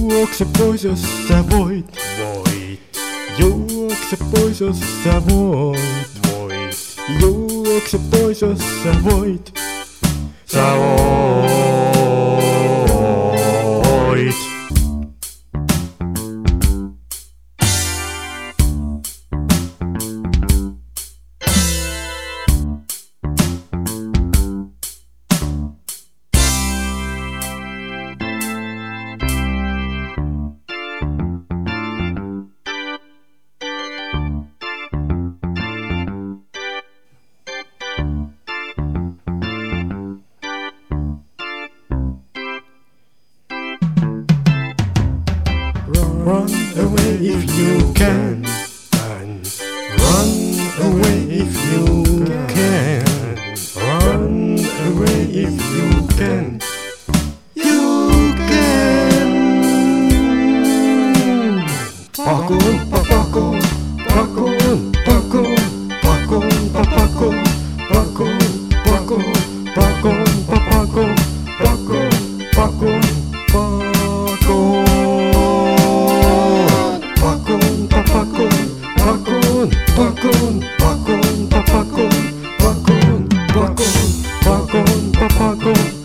Juokse pois, jos sä voit. Juokse pois, jos sä voit. Juokse pois, jos sä voit. Sä voit. Run away if you can. Run away if you can. Run away if you can. You can. Pakoon, pakoon, pakoon, pakoon, pakoon, pakoon, pakoon, pakoon, pakoon, pakoon, pakoon, pakoon, pakoon. Pakon,